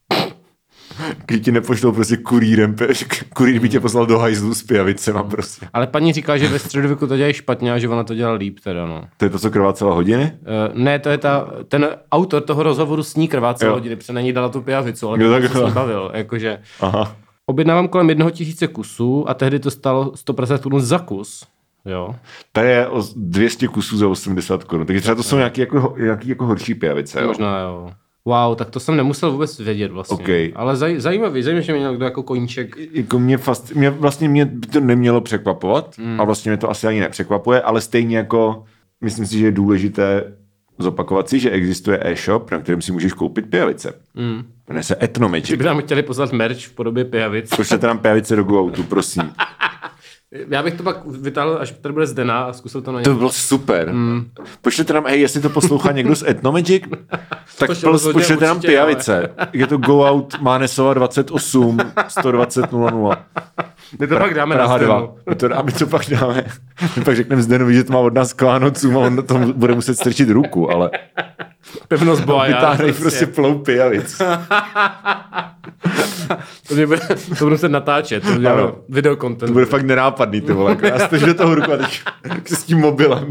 Když ti nepošlou prostě kurýrem, kurýr by tě poslal do hajzlu s pijavicema prostě. Ale paní říká, že ve středověku to dělají špatně a že ona to dělala líp teda, no. To je to, co krvácela hodiny? Uh, ne, to je ta, ten autor toho rozhovoru s ní krvácela hodiny, protože na ní dala tu pijavicu, ale jo, to se bavil, jakože. Aha. Objednávám kolem jednoho tisíce kusů a tehdy to stalo sto padesát korun za kus. Jo. To je o dvě stě kusů za osmdesát korun. Takže třeba to jsou nějaký jako, nějaký jako horší pijavice. Jo? Možná jo. Wow, tak to jsem nemusel vůbec vědět vlastně. Okay. Ale zaj, zajímavý, zajímavý, že mě někdo jako koníček. Jako mě, fast, mě vlastně mě by to nemělo překvapovat hmm. a vlastně mě to asi ani nepřekvapuje, ale stejně jako myslím si, že je důležité zopakovat si, že existuje e-shop, na kterém si můžeš koupit pijavice. Mm. Jmenuje se Ethnomagic. Kdyby nám chtěli poslat merch v podobě pijavic. Pošlete nám pijavice do GoOutu, prosím. Já bych to pak vytáhl, až tady bude Zdena a zkusil to na něj. To by bylo super. Mm. Pošlete nám, hej, jestli to poslouchá někdo z Ethnomagic, tak pošlete nám pijavice. Ale... Je to GoOut Mánesova dvacet osm sto dvacet nula nula. My to Pra, pak dáme Praha na Zdenu. My to, a my to pak dáme. My pak řekneme Zdenovi, že to má od nás klánocům a on to bude muset strčit ruku, ale... Pevnost boja. Vytáhnej prostě plou pijavic. To, bude, to budu se natáčet, to bude videokontent. To bude fakt nenápadný, ty vole. Já stož do toho ruku a teď s tím mobilem.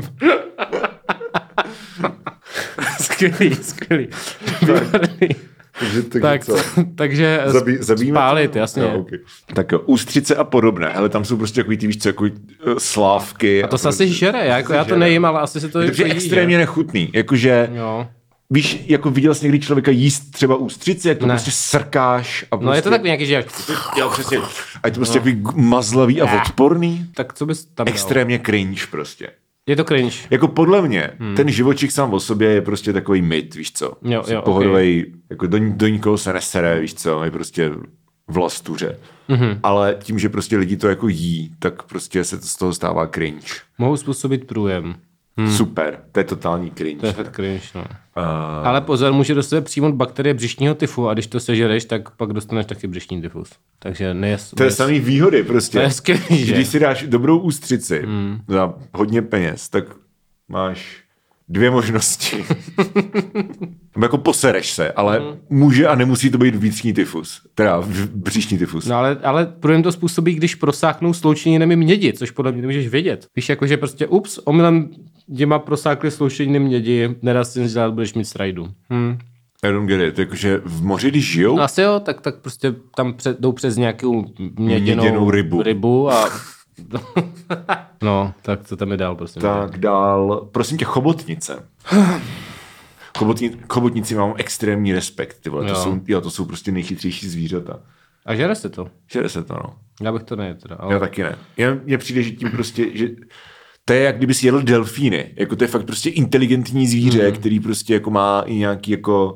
Skvělý, skvělý. Takže, takže, tak, co? takže Zabí, spálit, to? Jasně. No, okay. Tak jo, ústřice a podobné. Hele, tam jsou prostě takový ty, víš co, jako uh, slávky. A to a se asi žere, já, jako, já to nejím, ale asi se to je jako extrémně že? Nechutný. Jakože, jo. Víš, jako viděl jsi někdy člověka jíst třeba ústřici, jak to ne. Prostě srkáš. A prostě, no je to takový nějaký, že jak... Jo, přesně. A je to prostě no. takový mazlavý a odporný. Tak co bys tam extrémně cringe prostě. Je to cringe. Jako podle mě, hmm. ten živočik sám o sobě je prostě takový myt, víš co? Jo, jo, pohodovej, okay. Jako do, do nikoho se nesere, víš co? Je prostě vlastuře. Mm-hmm. Ale tím, že prostě lidi to jako jí, tak prostě se to z toho stává cringe. Mohou způsobit průjem. Hmm. Super, to je totální cringe. To je fakt cringe, no. Uh... Ale pozor, může do sebe přijmout bakterie břišního tyfu a když to sežereš, tak pak dostaneš taky břišní tyfus. Takže nejes... To je samý výhody prostě. To je skvělý, že? Když si dáš dobrou ústřici hmm. za hodně peněz, tak máš dvě možnosti. Jako posereš se, ale hmm. může a nemusí to být vnitřní tyfus. Teda břišní tyfus. No ale, ale průjem to způsobí, když prosáknou sloučeninami mědi, což podle mě můžeš vědět. Víš, jakože prostě ups, omylem děma prosákly sloučeniny mědi, nedá si nic dělat, budeš mít strajdu. Hmm. I don't get it. Jakože v moři, když žijou? No asi jo, tak, tak prostě tam před, jdou přes nějakou měděnou, měděnou rybu. rybu a... No, tak co tam je dál, prosím. Tak tě. Dál, prosím tě, chobotnice. Chobotni, chobotnici mám extrémní respekt, ty vole. To jsou, jo, to jsou prostě nejchytřejší zvířata. A žere se to? Žere se to, no. Já bych to nejedl teda. Ale... Já taky ne. Mně přijde, že tím prostě, že to je jak kdyby si jedl delfíny. Jako to je fakt prostě inteligentní zvíře, hmm. který prostě jako má i nějaký jako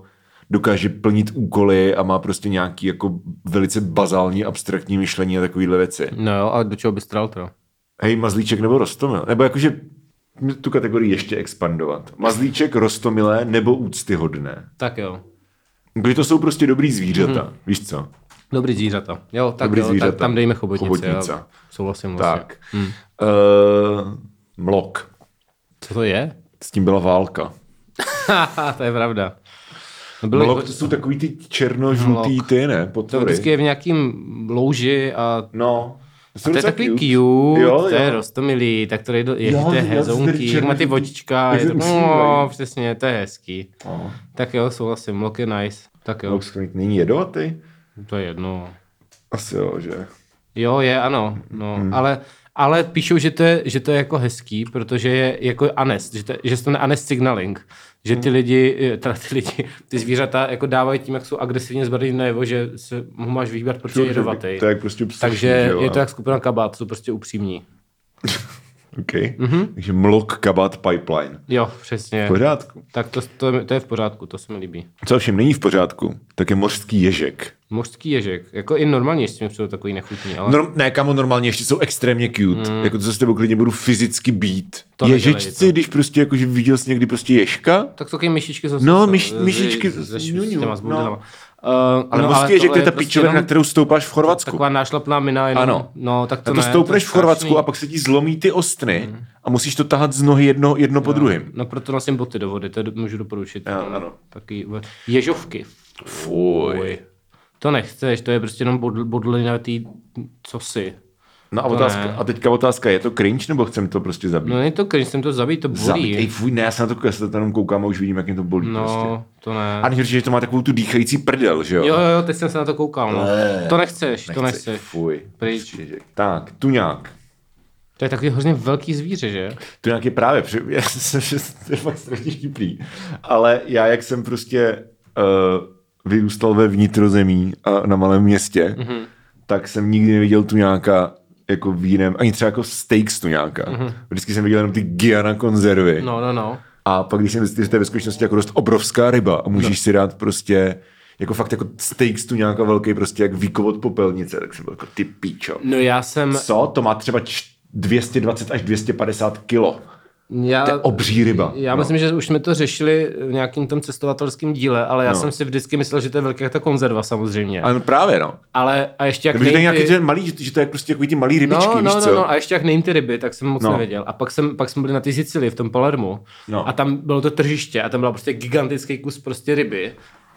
dokáže plnit úkoly a má prostě nějaký jako velice bazální, abstraktní myšlení a takovýhle věci. No jo, a do čeho bys tral to? Hej, mazlíček nebo Roztomil? Nebo jakože tu kategorii ještě expandovat. Mazlíček, Roztomilé nebo úctyhodné? Tak jo. Protože to jsou prostě dobrý zvířata, mm. víš co? Dobrý zvířata. Jo, tak, dobrý jo, zvířata. tak tam dejme chobotnice. Chobotnice. Já souhlasím vlastně. Tak. Hmm. Uh, mlok. Co to je? S tím byla válka. To je pravda. No byly... Mlok to jsou takový ty černožlutý ty, ne? Potvory. To vždycky je v nějakým louži a... No. A to je takový cute, cute jo, to je roztomilý, tak to je, je jo, to je hezounký, jak má ty očička, je to, no, přesně, to je hezký. Oh. Tak jo, souhlasím, mlok je nice. Tak jo. Mlok není jedovatý? To je jedno. Asi jo, že? Jo, je, ano, no, hmm. ale, ale píšou, že to, je, že to je jako hezký, protože je jako anest, že to, že to je anest signaling. Že ty lidi, teda ty lidi, ty zvířata jako dávají tím, jak jsou agresivně zbarvený najevo, že se ho máš vybrat, protože je jedovatý. To je prostě psaší, takže je to jak skupina kabát, jsou prostě upřímní. OK. Mm-hmm. Takže mlok, kabát, pipeline. Jo, přesně. V pořádku. Tak to, to, to je v pořádku, to se mi líbí. Co všem není v pořádku, tak je mořský ježek. Mořský ježek. Jako i normálně ještě mi přijde takový nechutný. Ale... Norm, ne, kamo, normálně ještě jsou extrémně cute. Mm. Jako to se s tebou klidně budu fyzicky být. To Ježečci, když prostě jakože viděl jsi někdy prostě ježka. Tak jsou taky myšičky zase. No, myš, myšičky. Se štěma s no. Uh, ale no, mořský ježek, to je ta prostě píčovina, na kterou stoupáš v Chorvatsku. Taková nášlapná mina. Jenom, ano. No, tak to a to ne, stoupneš to v Chorvatsku a pak se ti zlomí ty ostny mm. a musíš to tahat z nohy jedno, jedno no. po druhém. No proto nosím boty do vody, to můžu doporučit. Ano, ano. Taky ježovky. Fuj. Fuj. To nechceš, to je prostě jenom bodlinatý cosi. No a, otázka, a teďka otázka, je to cringe, nebo chcem to prostě zabít? No není to cringe, chcem to zabít, to bolí. Zabít, ej fuj, ne, já se na to, já se jenom koukám a už vidím, jak mě to bolí no, prostě. to ne. A než že to má takovou tu dýchající prdel, že jo? Jo, jo, teď jsem se na to koukal, no. Ne, to nechceš, nechceš, to nechceš. Fuj. Pryč. Tak, tuňák. To je takový hrozně velký zvíře, že? Tuňák je právě, já jsem, že to je fakt strašně vtipný. Ale já, jak jsem prostě uh, vyrůstal ve vnitrozemí a na malém městě, mm-hmm. tak jsem nikdy neviděl tuňáka jako v jiném, ani třeba jako steak z tuňáka. Mm-hmm. Vždycky jsem viděl jenom ty Giana konzervy. No, no, no. A pak, když jsem zjistil, že to je ve skutečnosti jako dost obrovská ryba a můžeš no. si dát prostě jako fakt jako steak z tuňáka velký, prostě jak výkovod popelnice, tak jsem byl jako ty píčo. No já jsem... Co? To má třeba dvě stě dvacet až dvě stě padesát kilo. Já, to je obří ryba. Já no. myslím, že už jsme to řešili v nějakým tom cestovatelském díle, ale já no. jsem si vždycky myslel, že to je velká ta konzerva samozřejmě. Ano, právě no. Ale a ještě jak nejím ty... nějaký ten malý, že to je prostě jako ty malý rybičky, no, víš no, co? No, no, a ještě jak nejím ty ryby, tak jsem moc no. nevěděl. A pak, jsem, pak jsme byli na té Sicílii v tom Palermu no. a tam bylo to tržiště a tam byl prostě gigantický kus prostě ryby.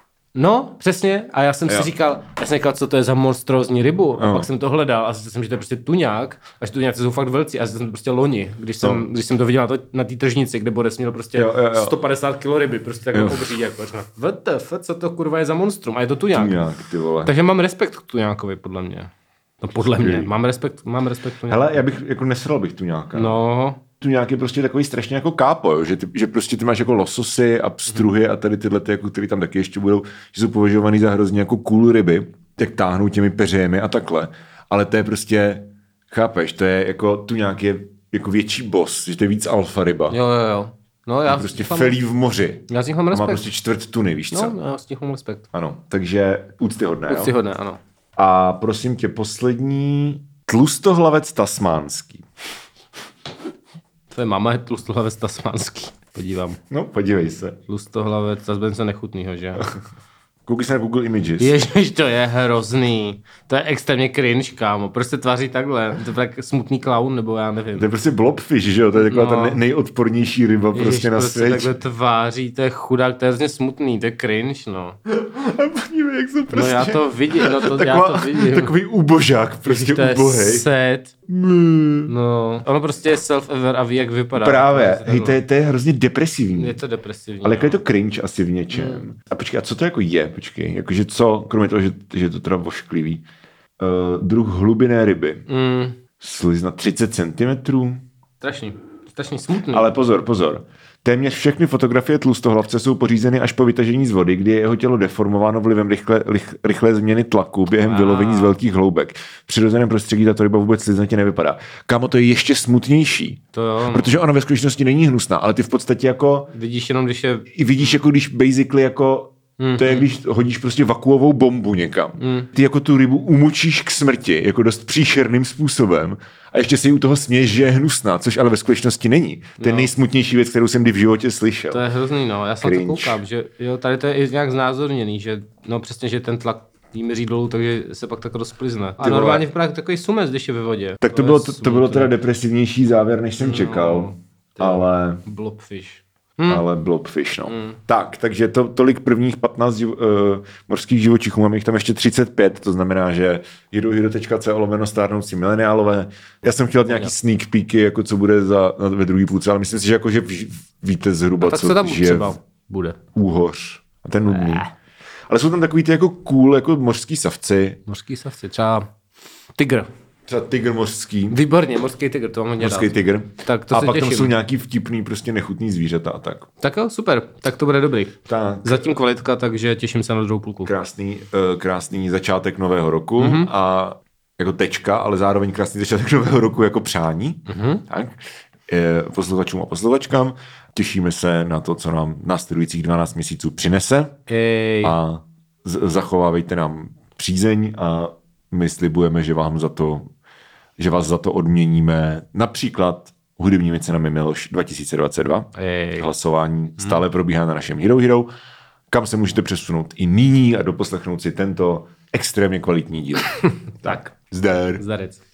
No, přesně. A já jsem jo. si říkal, já jsem říkal, co to je za monstrózní rybu. A no. pak jsem to hledal a zjistil jsem, že to je prostě tuňák. A že tuňáci jsou fakt velcí. A jsem to prostě loni, když jsem, no. když jsem to viděl na, to, na té tržnici, kde Boris měl prostě jo, jo, jo. sto padesát kilo ryby. Prostě takhle obří. Jako, W T F, co to kurva je za monstrum? A je to tuňák. tuňák ty vole. Takže mám respekt k tuňákovi, podle mě. No podle mě. Mám respekt, mám respekt k tuňákovi. Hele, já bych, jako nesral bych tuňáka. No. Tuňák je prostě takový strašně jako kápo, jo? Že, ty, že prostě ty máš jako lososy a pstruhy a tady tyhle, ty, jako, které tam taky ještě budou, že jsou považovaný za hrozně jako cool ryby, jak táhnou těmi peřejemi a takhle. Ale to je prostě, chápeš, to je jako tuňák je jako větší boss, že to je víc alfa ryba. Jo, jo, jo. No, já prostě felí v moři. Já z nich mám respekt. Má prostě čtvrt tuny, víš co? No, já z nich mám respekt. Ano, takže úctyhodné, jo? Úctyhodné, ano. A prosím tě, poslední tlustohlavec tasmánský. Tvoje máma je tlustohlavec tasmánský. Podívám. No, podívej se. Tlustohlavec, zase bude se nechutnýho, že? Koukej se na Google Images. Ježiš, to je hrozný. To je extrémně cringe, kámo. Proč se tváří takhle? To je tak smutný klaun, nebo já nevím. To je prostě blobfish, že jo? To je taková no. ta nejodpornější ryba Ježiš, prostě na světě. Ježiš, takhle tváří, to je chudák, to je hrozně smutný, to je cringe, no. A podívej, jak jsou prostě... No já to vidím, no to, Taková, já to vidím. Takový ubožák, prostě Ježiš, to ubohej. To je set. Mm. No, ono prostě je self-aware a ví, jak vypadá. Právě, hej, to je, to je hrozně depresivní. Je to depresivní. Ale jako je to cringe asi v něčem. Mm. A počkej, a co to jako je? Počkej, jakože co, kromě toho, že, že je to teda vošklivý. Uh, druh hlubinné ryby. Mm. Slizna třicet centimetrů. Strašný, strašný smutný. Ale pozor, pozor. Téměř všechny fotografie tlustohlavce jsou pořízeny až po vytažení z vody, kdy je jeho tělo deformováno vlivem rychle, rych, rychlé změny tlaku během wow. vylovení z velkých hloubek. V přirozeném prostředí tato ryba vůbec sliznatě nevypadá. Kámo, to je ještě smutnější. To jo. Protože ona ve skutečnosti není hnusná, ale ty v podstatě jako... Vidíš jenom, když je... Vidíš jako když basically jako Mm, to je, když hodíš prostě vakuovou bombu někam. Mm. Ty jako tu rybu umočíš k smrti, jako dost příšerným způsobem a ještě si u toho směješ, že je hnusná, což ale ve skutečnosti není. To je no. nejsmutnější věc, kterou jsem kdy v životě slyšel. To je hrozný, no. Já jsem to koukám, že jo, tady to je i nějak znázorněný, že no přesně, že ten tlak jí měří dolů, takže se pak tak rozplizne. A normálně vypadá takový sumec, když je ve vodě. Tak to, to bylo, to, to bylo teda depresivnější závěr, než jsem no, čekal, ale... Blobfish. Hmm. Ale blobfish, no. Hmm. Tak, takže to, tolik prvních patnáct živ, uh, morských živočichů, mám jich tam ještě třicet pět, to znamená, že herohero tečka co lomeno stárnoucí mileniálové. Já jsem chtěl nějaký sneak peeky, jako co bude za, ve druhý půlce, ale myslím si, že jako, že víte zhruba, co, co tam žije bude. Úhoř. A ten nudný. Ale jsou tam takový ty jako cool, jako mořský savci. Mořský savci, třeba tygr. Třeba tygr mořský. Výborně, mořský tygr, to mám hodně Mořský rád. tygr. Tak to a se pak těším. tam jsou nějaký vtipný, prostě nechutný zvířata a tak. Tak jo, super, tak to bude dobrý. Tak. Zatím kvalitka, takže těším se na druhou půlku. Krásný, uh, krásný začátek nového roku mm-hmm. a jako tečka, ale zároveň krásný začátek nového roku jako přání. Mm-hmm. Tak. E, posluchačům a posluchačkám. Těšíme se na to, co nám následujících dvanáct měsíců přinese. Ej. A z- zachovávejte nám přízeň a my slibujeme, že vám za to že vás za to odměníme například hudebními cenami Miloš dva tisíce dvacet dva. Ej. Hlasování stále hmm. probíhá na našem Hero Hero, kam se můžete přesunout i nyní a doposlechnout si tento extrémně kvalitní díl. Tak, zdar. Zdarec.